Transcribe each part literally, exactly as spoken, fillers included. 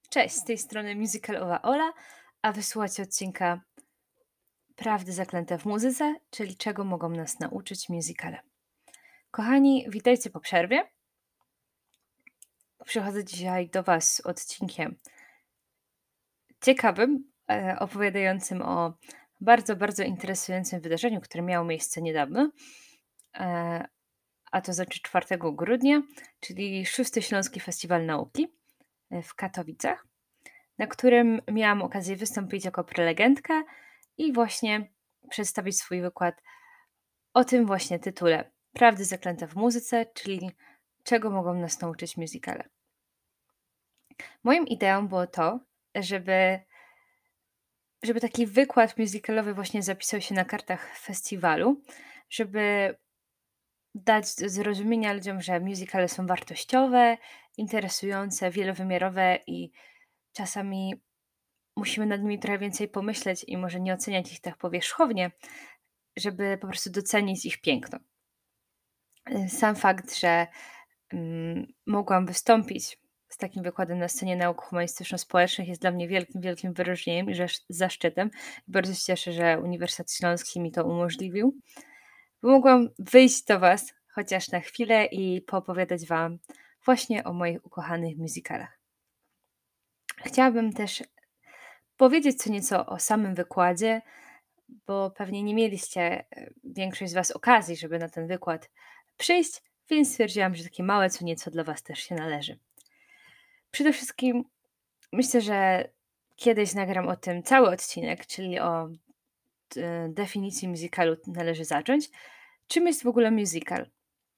Cześć, z tej strony musicalowa Ola, a wysłuchacie odcinka Prawdy zaklęte w muzyce, czyli czego mogą nas nauczyć musicale. Kochani, witajcie po przerwie. Przychodzę dzisiaj do Was z odcinkiem ciekawym, e, opowiadającym o bardzo, bardzo interesującym wydarzeniu, które miało miejsce niedawno, e, a to znaczy czwartego grudnia, czyli Szósty Śląski Festiwal Nauki e, w Katowicach, na którym miałam okazję wystąpić jako prelegentka i właśnie przedstawić swój wykład o tym właśnie tytule Prawdy zaklęte w muzyce, czyli czego mogą nas nauczyć musicale. Moją ideą było to, żeby, żeby taki wykład musicalowy właśnie zapisał się na kartach festiwalu, żeby dać do zrozumienia ludziom, że musicale są wartościowe, interesujące, wielowymiarowe i czasami musimy nad nimi trochę więcej pomyśleć i może nie oceniać ich tak powierzchownie, żeby po prostu docenić ich piękno. Y, Sam fakt, że mm, mogłam wystąpić z takim wykładem na scenie nauk humanistyczno-społecznych jest dla mnie wielkim, wielkim wyróżnieniem i rzesz- zaszczytem. Bardzo się cieszę, że Uniwersytet Śląski mi to umożliwił. Bo mogłam wyjść do Was chociaż na chwilę i poopowiadać Wam właśnie o moich ukochanych musicalach. Chciałabym też powiedzieć co nieco o samym wykładzie, bo pewnie nie mieliście e, większość z Was okazji, żeby na ten wykład przyjść, więc stwierdziłam, że takie małe co nieco dla Was też się należy. Przede wszystkim myślę, że kiedyś nagram o tym cały odcinek, czyli o e, definicji musicalu należy zacząć. Czym jest w ogóle musical?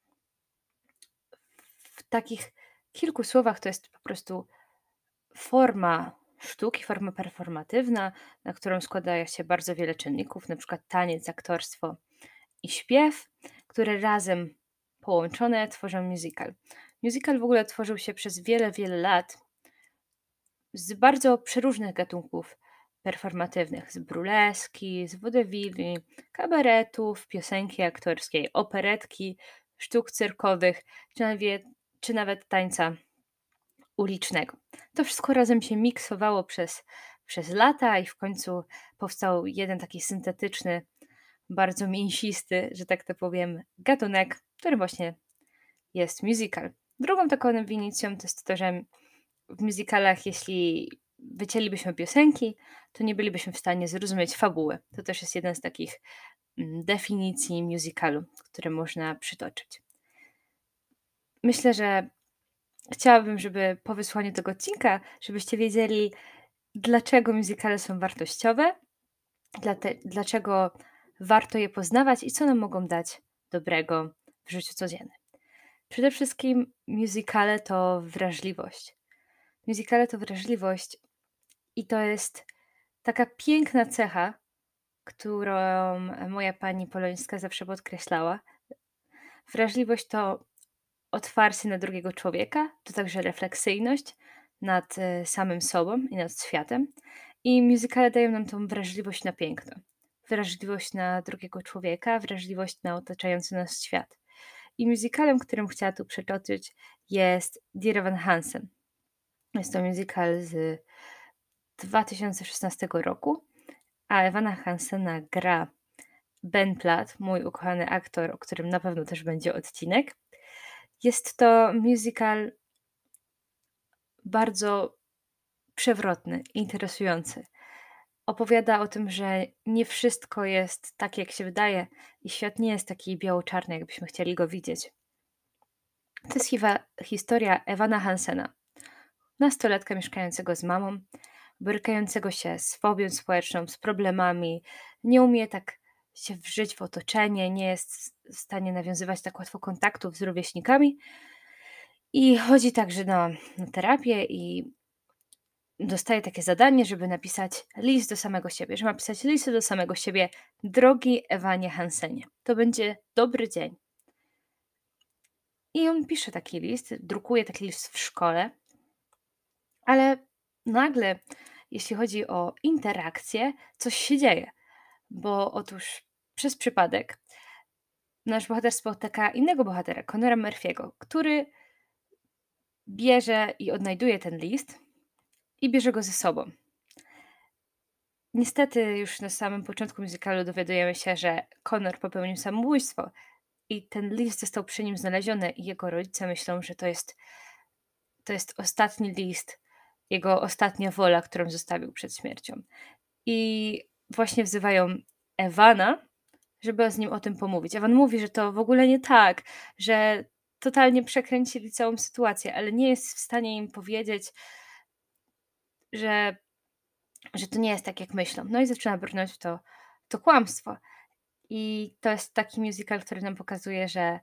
W takich kilku słowach to jest po prostu forma sztuki, forma performatywna, na którą składa się bardzo wiele czynników, na przykład taniec, aktorstwo i śpiew, które razem połączone tworzą musical. Musical w ogóle tworzył się przez wiele, wiele lat z bardzo przeróżnych gatunków performatywnych, z burleski, z vaudeville, kabaretów, piosenki aktorskiej, operetki, sztuk cyrkowych, czy nawet, czy nawet tańca ulicznego. To wszystko razem się miksowało przez, przez lata i w końcu powstał jeden taki syntetyczny, bardzo mięsisty, że tak to powiem, gatunek, który właśnie jest musical. Drugą taką definicją to jest to, że w musicalach, jeśli wycięlibyśmy piosenki, to nie bylibyśmy w stanie zrozumieć fabuły. To też jest jeden z takich mm, definicji musicalu, które można przytoczyć. Myślę, że chciałabym, żeby po wysłaniu tego odcinka, żebyście wiedzieli, dlaczego musicale są wartościowe, dlate, dlaczego warto je poznawać i co nam mogą dać dobrego w życiu codziennym. Przede wszystkim musicale to wrażliwość. Musicale to wrażliwość i to jest taka piękna cecha, którą moja pani polońska zawsze podkreślała. Wrażliwość to otwarcie na drugiego człowieka, to także refleksyjność nad e, samym sobą i nad światem. I musicale dają nam tą wrażliwość na piękno. Wrażliwość na drugiego człowieka, wrażliwość na otaczający nas świat. I musicalem, którym chciała tu przytoczyć, jest Dear Evan Hansen. Jest to musical z dwa tysiące szesnastego roku, a Evana Hansena gra Ben Platt, mój ukochany aktor, o którym na pewno też będzie odcinek. Jest to musical bardzo przewrotny, interesujący. Opowiada o tym, że nie wszystko jest tak, jak się wydaje, i świat nie jest taki biało-czarny, jakbyśmy chcieli go widzieć. To jest hiwa- historia Evana Hansena, nastolatka mieszkającego z mamą, borykającego się z fobią społeczną, z problemami, nie umie tak się wżyć w otoczenie, nie jest w stanie nawiązywać tak łatwo kontaktów z rówieśnikami i chodzi także na, na terapię i dostaje takie zadanie, żeby napisać list do samego siebie, że ma pisać list do samego siebie: drogi Ewanie Hansenie, to będzie dobry dzień. I on pisze taki list, drukuje taki list w szkole, ale nagle, jeśli chodzi o interakcję, coś się dzieje, bo otóż przez przypadek nasz bohater spotyka innego bohatera, Conora Murphy'ego, który bierze i odnajduje ten list i bierze go ze sobą. Niestety już na samym początku musicalu dowiadujemy się, że Connor popełnił samobójstwo i ten list został przy nim znaleziony i jego rodzice myślą, że to jest to jest ostatni list, jego ostatnia wola, którą zostawił przed śmiercią. I właśnie wzywają Evana, żeby z nim o tym pomówić. Evan mówi, że to w ogóle nie tak, że totalnie przekręcili całą sytuację, ale nie jest w stanie im powiedzieć, że że to nie jest tak, jak myślą. No i zaczyna brnąć w to to kłamstwo. I to jest taki musical, który nam pokazuje, że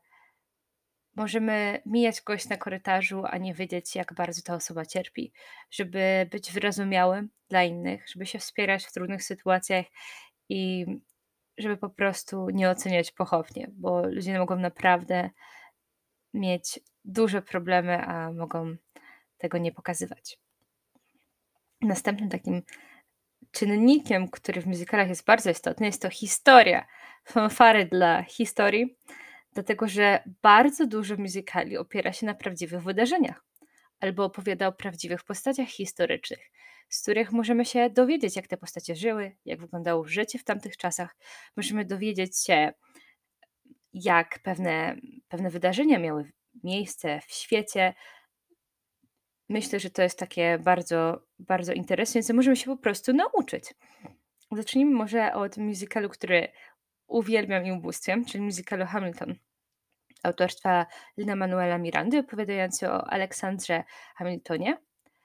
możemy mijać kogoś na korytarzu, a nie wiedzieć, jak bardzo ta osoba cierpi, żeby być wyrozumiałym dla innych, żeby się wspierać w trudnych sytuacjach i żeby po prostu nie oceniać pochopnie, bo ludzie mogą naprawdę mieć duże problemy, a mogą tego nie pokazywać. Następnym takim czynnikiem, który w musicalach jest bardzo istotny, jest to historia. Fanfary dla historii, dlatego że bardzo dużo musicali opiera się na prawdziwych wydarzeniach albo opowiada o prawdziwych postaciach historycznych, z których możemy się dowiedzieć, jak te postacie żyły, jak wyglądało życie w tamtych czasach. Możemy dowiedzieć się, jak pewne, pewne wydarzenia miały miejsce w świecie. Myślę, że to jest takie bardzo, bardzo interesujące. Możemy się po prostu nauczyć. Zacznijmy może od musicalu, który uwielbiam i ubóstwiam, czyli musicalu Hamilton autorstwa Lina-Manuela Mirandy, opowiadający o Aleksandrze Hamiltonie,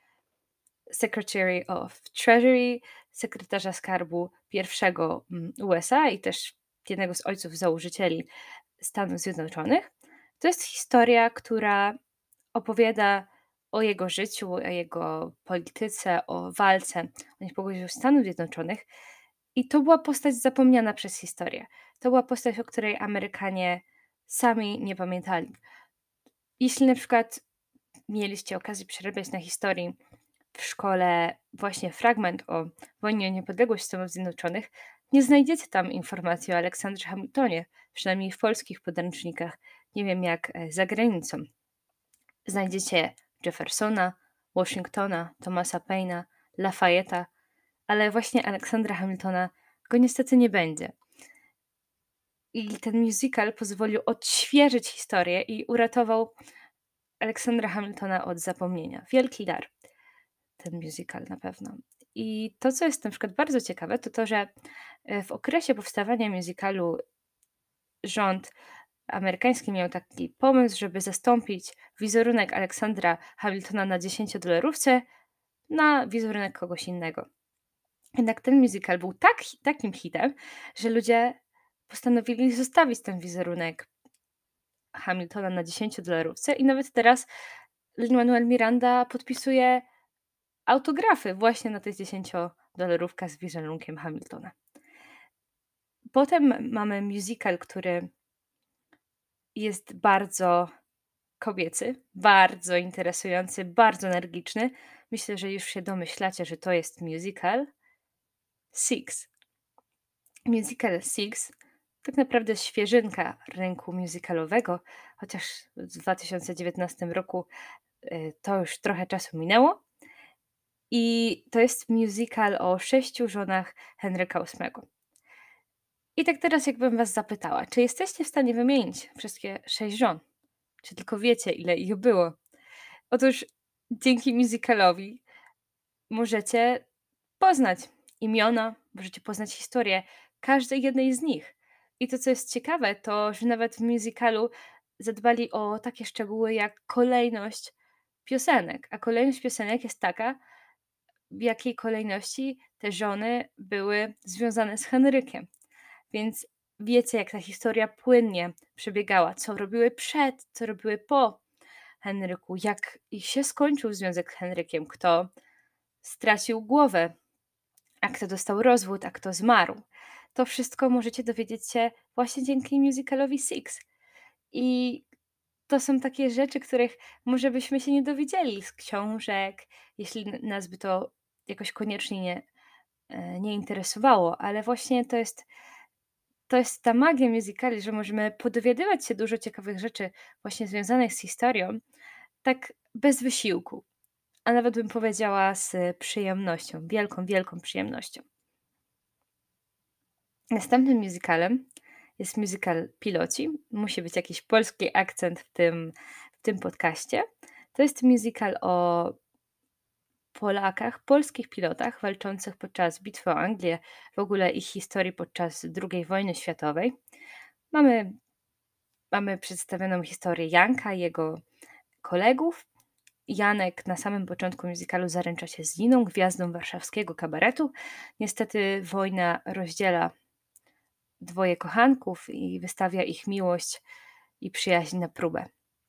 Secretary of Treasury, sekretarza skarbu pierwszego mm, U S A i też jednego z ojców założycieli Stanów Zjednoczonych. To jest historia, która opowiada o jego życiu, o jego polityce, o walce o niepodległość Stanów Zjednoczonych. I to była postać zapomniana przez historię. To była postać, o której Amerykanie sami nie pamiętali. Jeśli na przykład mieliście okazję przerabiać na historii w szkole właśnie fragment o wojnie o niepodległość Stanów Zjednoczonych, nie znajdziecie tam informacji o Aleksandrze Hamiltonie, przynajmniej w polskich podręcznikach. Nie wiem jak e, za granicą. Znajdziecie Jeffersona, Washingtona, Thomasa Paina, Lafayette'a, ale właśnie Aleksandra Hamiltona go niestety nie będzie. I ten musical pozwolił odświeżyć historię i uratował Aleksandra Hamiltona od zapomnienia. Wielki dar, ten musical na pewno. I to, co jest na przykład bardzo ciekawe, to to, że e, w okresie powstawania musicalu rząd amerykański miał taki pomysł, żeby zastąpić wizerunek Aleksandra Hamiltona na dziesięciodolarówce na wizerunek kogoś innego. Jednak ten musical był tak, takim hitem, że ludzie postanowili zostawić ten wizerunek Hamiltona na dziesięciodolarówce i nawet teraz Lin-Manuel Miranda podpisuje autografy właśnie na tych dziesięciodolarówkach z wizerunkiem Hamiltona. Potem mamy musical, który jest bardzo kobiecy, bardzo interesujący, bardzo energiczny. Myślę, że już się domyślacie, że to jest musical Six. Musical Six tak naprawdę świeżynka rynku musicalowego, chociaż w dwa tysiące dziewiętnastym roku y, to już trochę czasu minęło. I to jest musical o sześciu żonach Henryka ósmego. I tak teraz jakbym was zapytała, czy jesteście w stanie wymienić wszystkie sześć żon? Czy tylko wiecie, ile ich było? Otóż dzięki musicalowi możecie poznać imiona, możecie poznać historię każdej jednej z nich. I to, co jest ciekawe, to, że nawet w musicalu zadbali o takie szczegóły jak kolejność piosenek. A kolejność piosenek jest taka, w jakiej kolejności te żony były związane z Henrykiem. Więc wiecie, jak ta historia płynnie przebiegała, co robiły przed, co robiły po Henryku, jak ich się skończył związek z Henrykiem, kto stracił głowę, a kto dostał rozwód, a kto zmarł. To wszystko możecie dowiedzieć się właśnie dzięki musicalowi Six. I to są takie rzeczy, których może byśmy się nie dowiedzieli z książek, jeśli n- nas by to jakoś koniecznie nie, e, nie interesowało, ale właśnie to jest, to jest ta magia musicali, że możemy podowiadywać się dużo ciekawych rzeczy właśnie związanych z historią, tak bez wysiłku. a nawet bym powiedziała z przyjemnością, wielką, wielką przyjemnością. Następnym musicalem jest musical „Piloci”. Musi być jakiś polski akcent w tym w tym podcaście. To jest musical o Polakach, polskich pilotach walczących podczas bitwy o Anglię, w ogóle ich historii podczas drugiej wojny światowej. Mamy mamy przedstawioną historię Janka i jego kolegów. Janek na samym początku musicalu zaręcza się z Liną, gwiazdą warszawskiego kabaretu. Niestety wojna rozdziela dwoje kochanków i wystawia ich miłość i przyjaźń na próbę.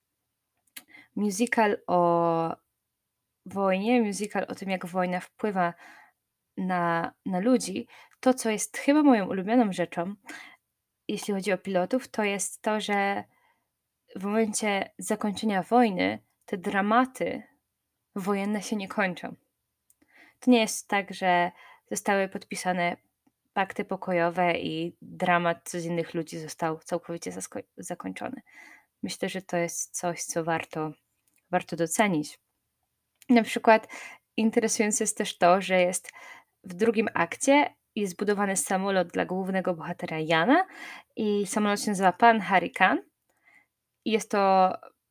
Musical o wojnie, musical o tym, jak wojna wpływa na na ludzi. To, co jest chyba moją ulubioną rzeczą, jeśli chodzi o pilotów, to jest to, że w momencie zakończenia wojny te dramaty wojenne się nie kończą. To nie jest tak, że zostały podpisane pakty pokojowe i dramat codziennych ludzi został całkowicie zasko zakończony. Myślę, że to jest coś, co warto warto docenić. Na przykład interesujące jest też to, że jest w drugim akcie jest zbudowany samolot dla głównego bohatera Jana i samolot się nazywa Pan Hurricane i jest to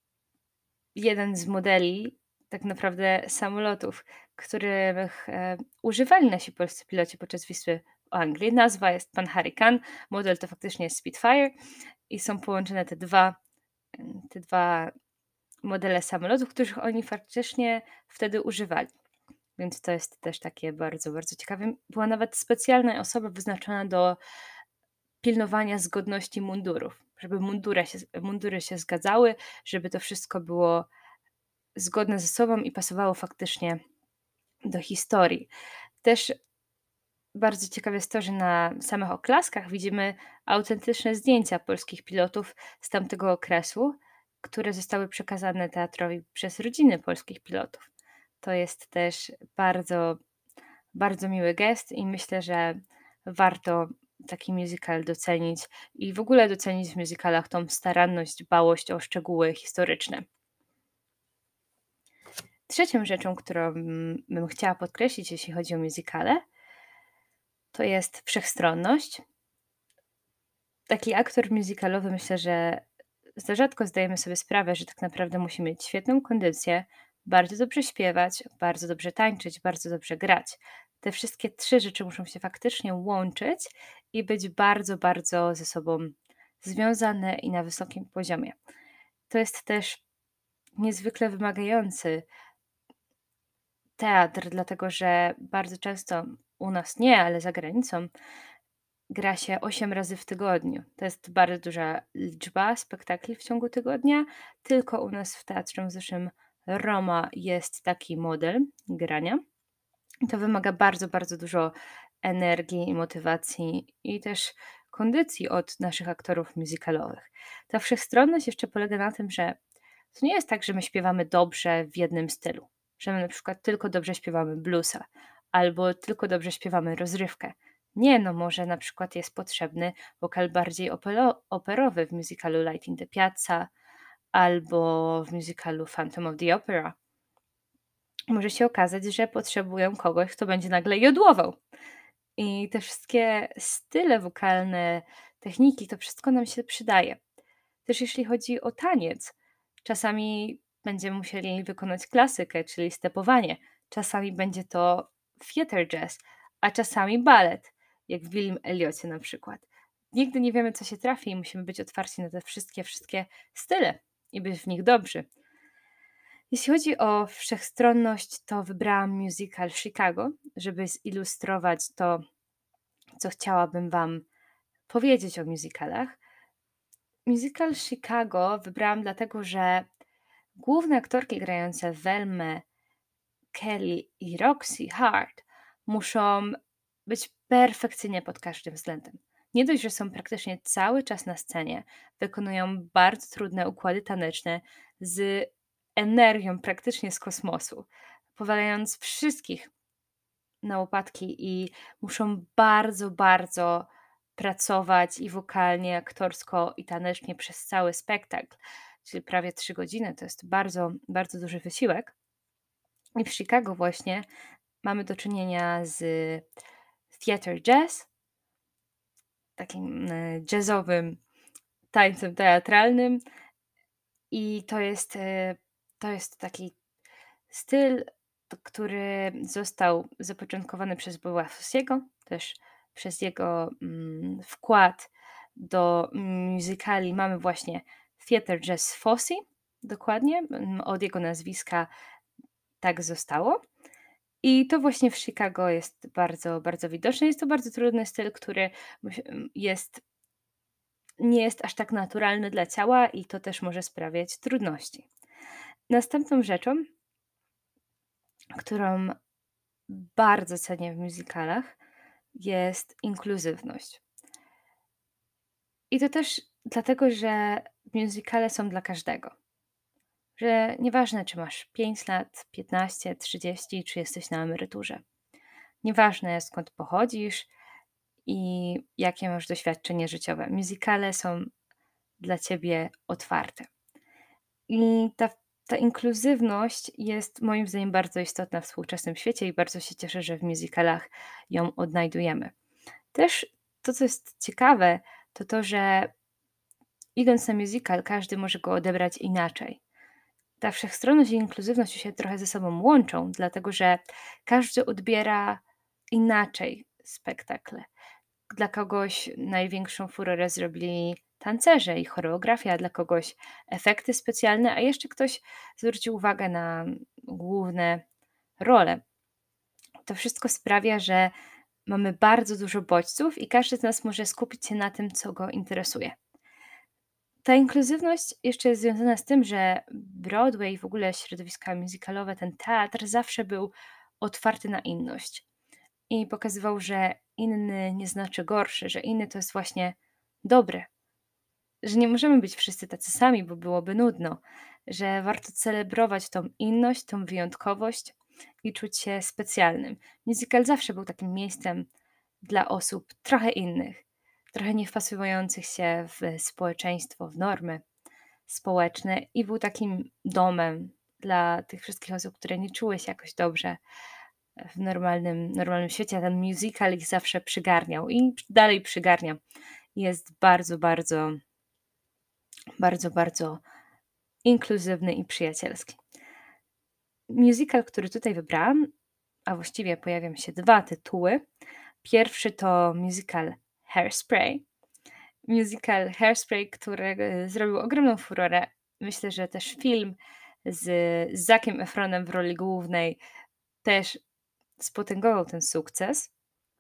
jeden z modeli tak naprawdę samolotów, których, e, używali nasi polscy piloci podczas bitwy o Anglię. Nazwa jest Pan Hurricane, model to faktycznie jest Spitfire i są połączone te dwa, em, te dwa modele samolotów, których oni faktycznie wtedy używali. Więc to jest też takie bardzo, bardzo ciekawe. Była nawet specjalna osoba wyznaczona do pilnowania zgodności mundurów, żeby mundura się mundury się zgadzały, żeby to wszystko było zgodne ze sobą i pasowało faktycznie do historii. Też bardzo ciekawe jest to, że na samych oklaskach widzimy autentyczne zdjęcia polskich pilotów z tamtego okresu, które zostały przekazane teatrowi przez rodziny polskich pilotów. To jest też bardzo, bardzo miły gest i myślę, że warto taki musical docenić i w ogóle docenić w musicalach tą staranność, dbałość o szczegóły historyczne. Trzecią rzeczą, którą mm, bym chciała podkreślić, jeśli chodzi o musicale, to jest wszechstronność. Taki aktor musicalowy, myślę, że za rzadko zdajemy sobie sprawę, że tak naprawdę musi mieć świetną kondycję, bardzo dobrze śpiewać, bardzo dobrze tańczyć, bardzo dobrze grać. Te wszystkie trzy rzeczy muszą się faktycznie łączyć i być bardzo, bardzo ze sobą związane i na wysokim poziomie. To jest też niezwykle wymagający teatr, dlatego że bardzo często u nas nie, ale za granicą gra się osiem razy w tygodniu. To jest bardzo duża liczba spektakli w ciągu tygodnia. Tylko u nas w Teatrze Muzycznym Roma jest taki model grania. I to wymaga bardzo, bardzo dużo energii i motywacji i też kondycji od naszych aktorów musicalowych. Ta wszechstronność jeszcze polega na tym, że to nie jest tak, że my śpiewamy dobrze w jednym stylu, że my na przykład tylko dobrze śpiewamy bluesa albo tylko dobrze śpiewamy rozrywkę. Nie, no może na przykład jest potrzebny wokal bardziej opero operowy w musicalu Light in the Piazza albo w musicalu Phantom of the Opera. Może się okazać, że potrzebują kogoś, kto będzie nagle jodłował. I te wszystkie style wokalne, techniki, to wszystko nam się przydaje. Też jeśli chodzi o taniec, czasami będziemy musieli wykonać klasykę, czyli stepowanie. Czasami będzie to theater jazz, a czasami balet, jak w Billim Elliocie na przykład. Nigdy nie wiemy, co się trafi i musimy być otwarci na te wszystkie, wszystkie style i być w nich dobrzy. Jeśli chodzi o wszechstronność, to wybrałam musical Chicago, żeby zilustrować to, co chciałabym Wam powiedzieć o musicalach. Musical Chicago wybrałam dlatego, że główne aktorki grające Velmę, Kelly i Roxy Hart muszą być perfekcyjnie pod każdym względem. Nie dość, że są praktycznie cały czas na scenie, wykonują bardzo trudne układy taneczne z energią praktycznie z kosmosu, powalając wszystkich na łopatki i muszą bardzo, bardzo pracować i wokalnie, aktorsko i tanecznie przez cały spektakl, czyli prawie trzy godziny. To jest bardzo, bardzo duży wysiłek. I w Chicago właśnie mamy do czynienia z theatre jazz, takim, e, jazzowym tańcem teatralnym i to jest, e, to jest taki styl, t który został zapoczątkowany przez Billa Fossego, też przez jego, mm, wkład do musicali mamy właśnie Theatre Jazz Fosse, dokładnie, mm, od jego nazwiska tak zostało. I to właśnie w Chicago jest bardzo, bardzo widoczne. Jest to bardzo trudny styl, który musi mm, jest nie jest aż tak naturalny dla ciała i to też może sprawiać trudności. Następną rzeczą, którą bardzo cenię w musicalach, jest inkluzywność. I to też dlatego, że musicale są dla każdego. Że nieważne, czy masz pięć lat, piętnaście, trzydzieści, czy jesteś na emeryturze. Nieważne, skąd pochodzisz i jakie masz doświadczenie życiowe. Musicale są dla ciebie otwarte. I ta ta inkluzywność jest moim zdaniem bardzo istotna w współczesnym świecie i bardzo się cieszę, że w musicalach ją odnajdujemy. Też to, co jest ciekawe, to to, że idąc na musical, każdy może go odebrać inaczej. Ta wszechstronność i inkluzywność się trochę ze sobą łączą, dlatego że każdy odbiera inaczej spektakle. Dla kogoś największą furorę zrobili tancerze i choreografia, dla kogoś efekty specjalne, a jeszcze ktoś zwrócił uwagę na główne role. To wszystko sprawia, że mamy bardzo dużo bodźców i każdy z nas może skupić się na tym, co go interesuje. Ta inkluzywność jeszcze jest związana z tym, że Broadway i w ogóle środowiska musicalowe, ten teatr zawsze był otwarty na inność i pokazywał, że inny nie znaczy gorszy, że inny to jest właśnie dobry, że nie możemy być wszyscy tacy sami, bo byłoby nudno, że warto celebrować tą inność, tą wyjątkowość i czuć się specjalnym. Musical zawsze był takim miejscem dla osób trochę innych, trochę nie wpasujących się w społeczeństwo, w normy społeczne i był takim domem dla tych wszystkich osób, które nie czuły się jakoś dobrze w normalnym, normalnym świecie, a ten musical ich zawsze przygarniał i dalej przygarnia. Jest bardzo, bardzo, bardzo, bardzo inkluzywny i przyjacielski. Musical, który tutaj wybrałam, a właściwie pojawią się dwa tytuły. Pierwszy to musical Hairspray. Musical Hairspray, który e, zrobił ogromną furorę. Myślę, że też film z Zackiem Efronem w roli głównej też spotęgował ten sukces.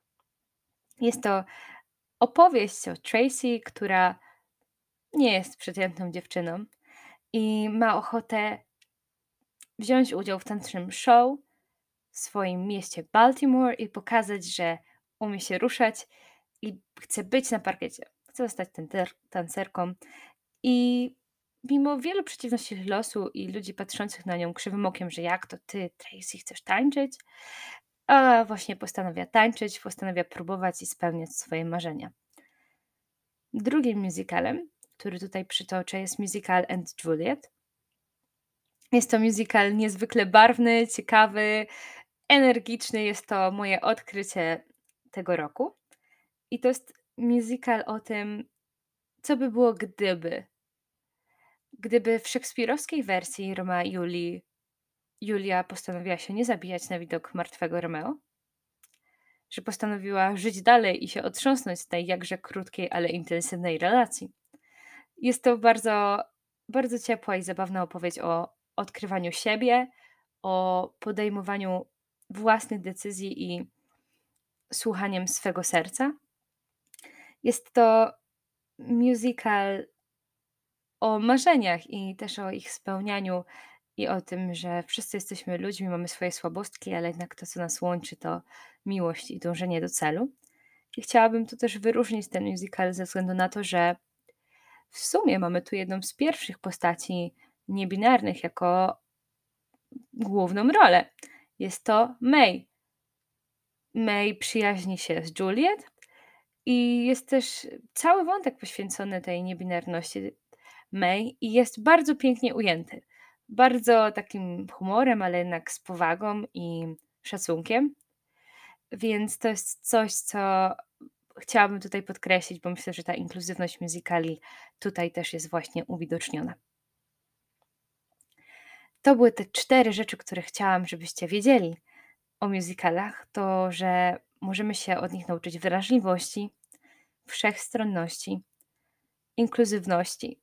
Jest to opowieść o Tracy, która nie jest przeciętną dziewczyną i ma ochotę wziąć udział w tanecznym show w swoim mieście Baltimore i pokazać, że umie się ruszać i chce być na parkiecie. Chce zostać tancer- tancerką i mimo wielu przeciwności losu i ludzi patrzących na nią krzywym okiem, że jak to ty, Tracy, chcesz tańczyć, a właśnie postanawia tańczyć, postanawia próbować i spełniać swoje marzenia. Drugim musicalem, który tutaj przytoczę, jest musical And Juliet. Jest to musical niezwykle barwny, ciekawy, energiczny. Jest to moje odkrycie tego roku. I to jest musical o tym, co by było gdyby. Gdyby w szekspirowskiej wersji Romea i Julii Julia postanowiła się nie zabijać na widok martwego Romeo, że postanowiła żyć dalej i się otrząsnąć z tej jakże krótkiej, ale intensywnej relacji. Jest to bardzo, bardzo ciepła i zabawna opowieść o odkrywaniu siebie, o podejmowaniu własnych decyzji i słuchaniem swego serca. Jest to musical o marzeniach i też o ich spełnianiu i o tym, że wszyscy jesteśmy ludźmi, mamy swoje słabostki, ale jednak to, co nas łączy, to miłość i dążenie do celu. I chciałabym tu też wyróżnić ten musical ze względu na to, że w sumie mamy tu jedną z pierwszych postaci niebinarnych jako główną rolę. Jest to May. May przyjaźni się z Juliet i jest też cały wątek poświęcony tej niebinarności May i jest bardzo pięknie ujęty. bardzo takim humorem, ale jednak z powagą i szacunkiem. Więc to jest coś, co chciałabym tutaj podkreślić, bo myślę, że ta inkluzywność musicali tutaj też jest właśnie uwidoczniona. To były te cztery rzeczy, które chciałam, żebyście wiedzieli o musicalach. To, że możemy się od nich nauczyć wrażliwości, wszechstronności, inkluzywności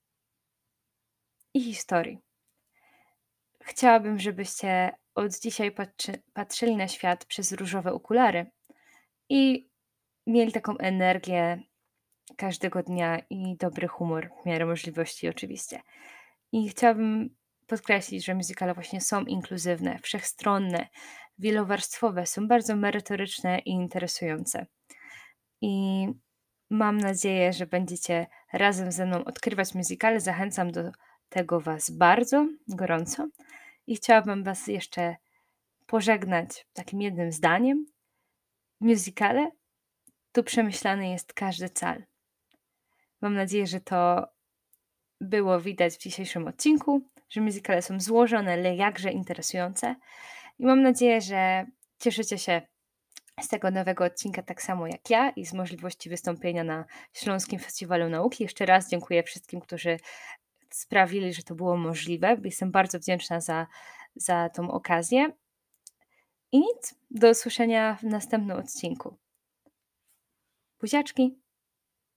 i historii. Chciałabym, żebyście od dzisiaj patrzy patrzyli na świat przez różowe okulary i mieli taką energię każdego dnia i dobry humor w miarę możliwości oczywiście. I chciałabym podkreślić, że musicale właśnie są inkluzywne, wszechstronne, wielowarstwowe, są bardzo merytoryczne i interesujące. I mam nadzieję, że będziecie razem ze mną odkrywać musicale. Zachęcam do tego Was bardzo gorąco i chciałabym Was jeszcze pożegnać takim jednym zdaniem. W musicale tu przemyślany jest każdy cal. Mam nadzieję, że to było widać w dzisiejszym odcinku, że musicale są złożone, ale jakże interesujące. I mam nadzieję, że cieszycie się z tego nowego odcinka tak samo jak ja i z możliwości wystąpienia na Śląskim Festiwalu Nauki. Jeszcze raz dziękuję wszystkim, którzy sprawili, że to było możliwe. Jestem bardzo wdzięczna za, za tą okazję. I nic, do usłyszenia w następnym odcinku. Buziaczki!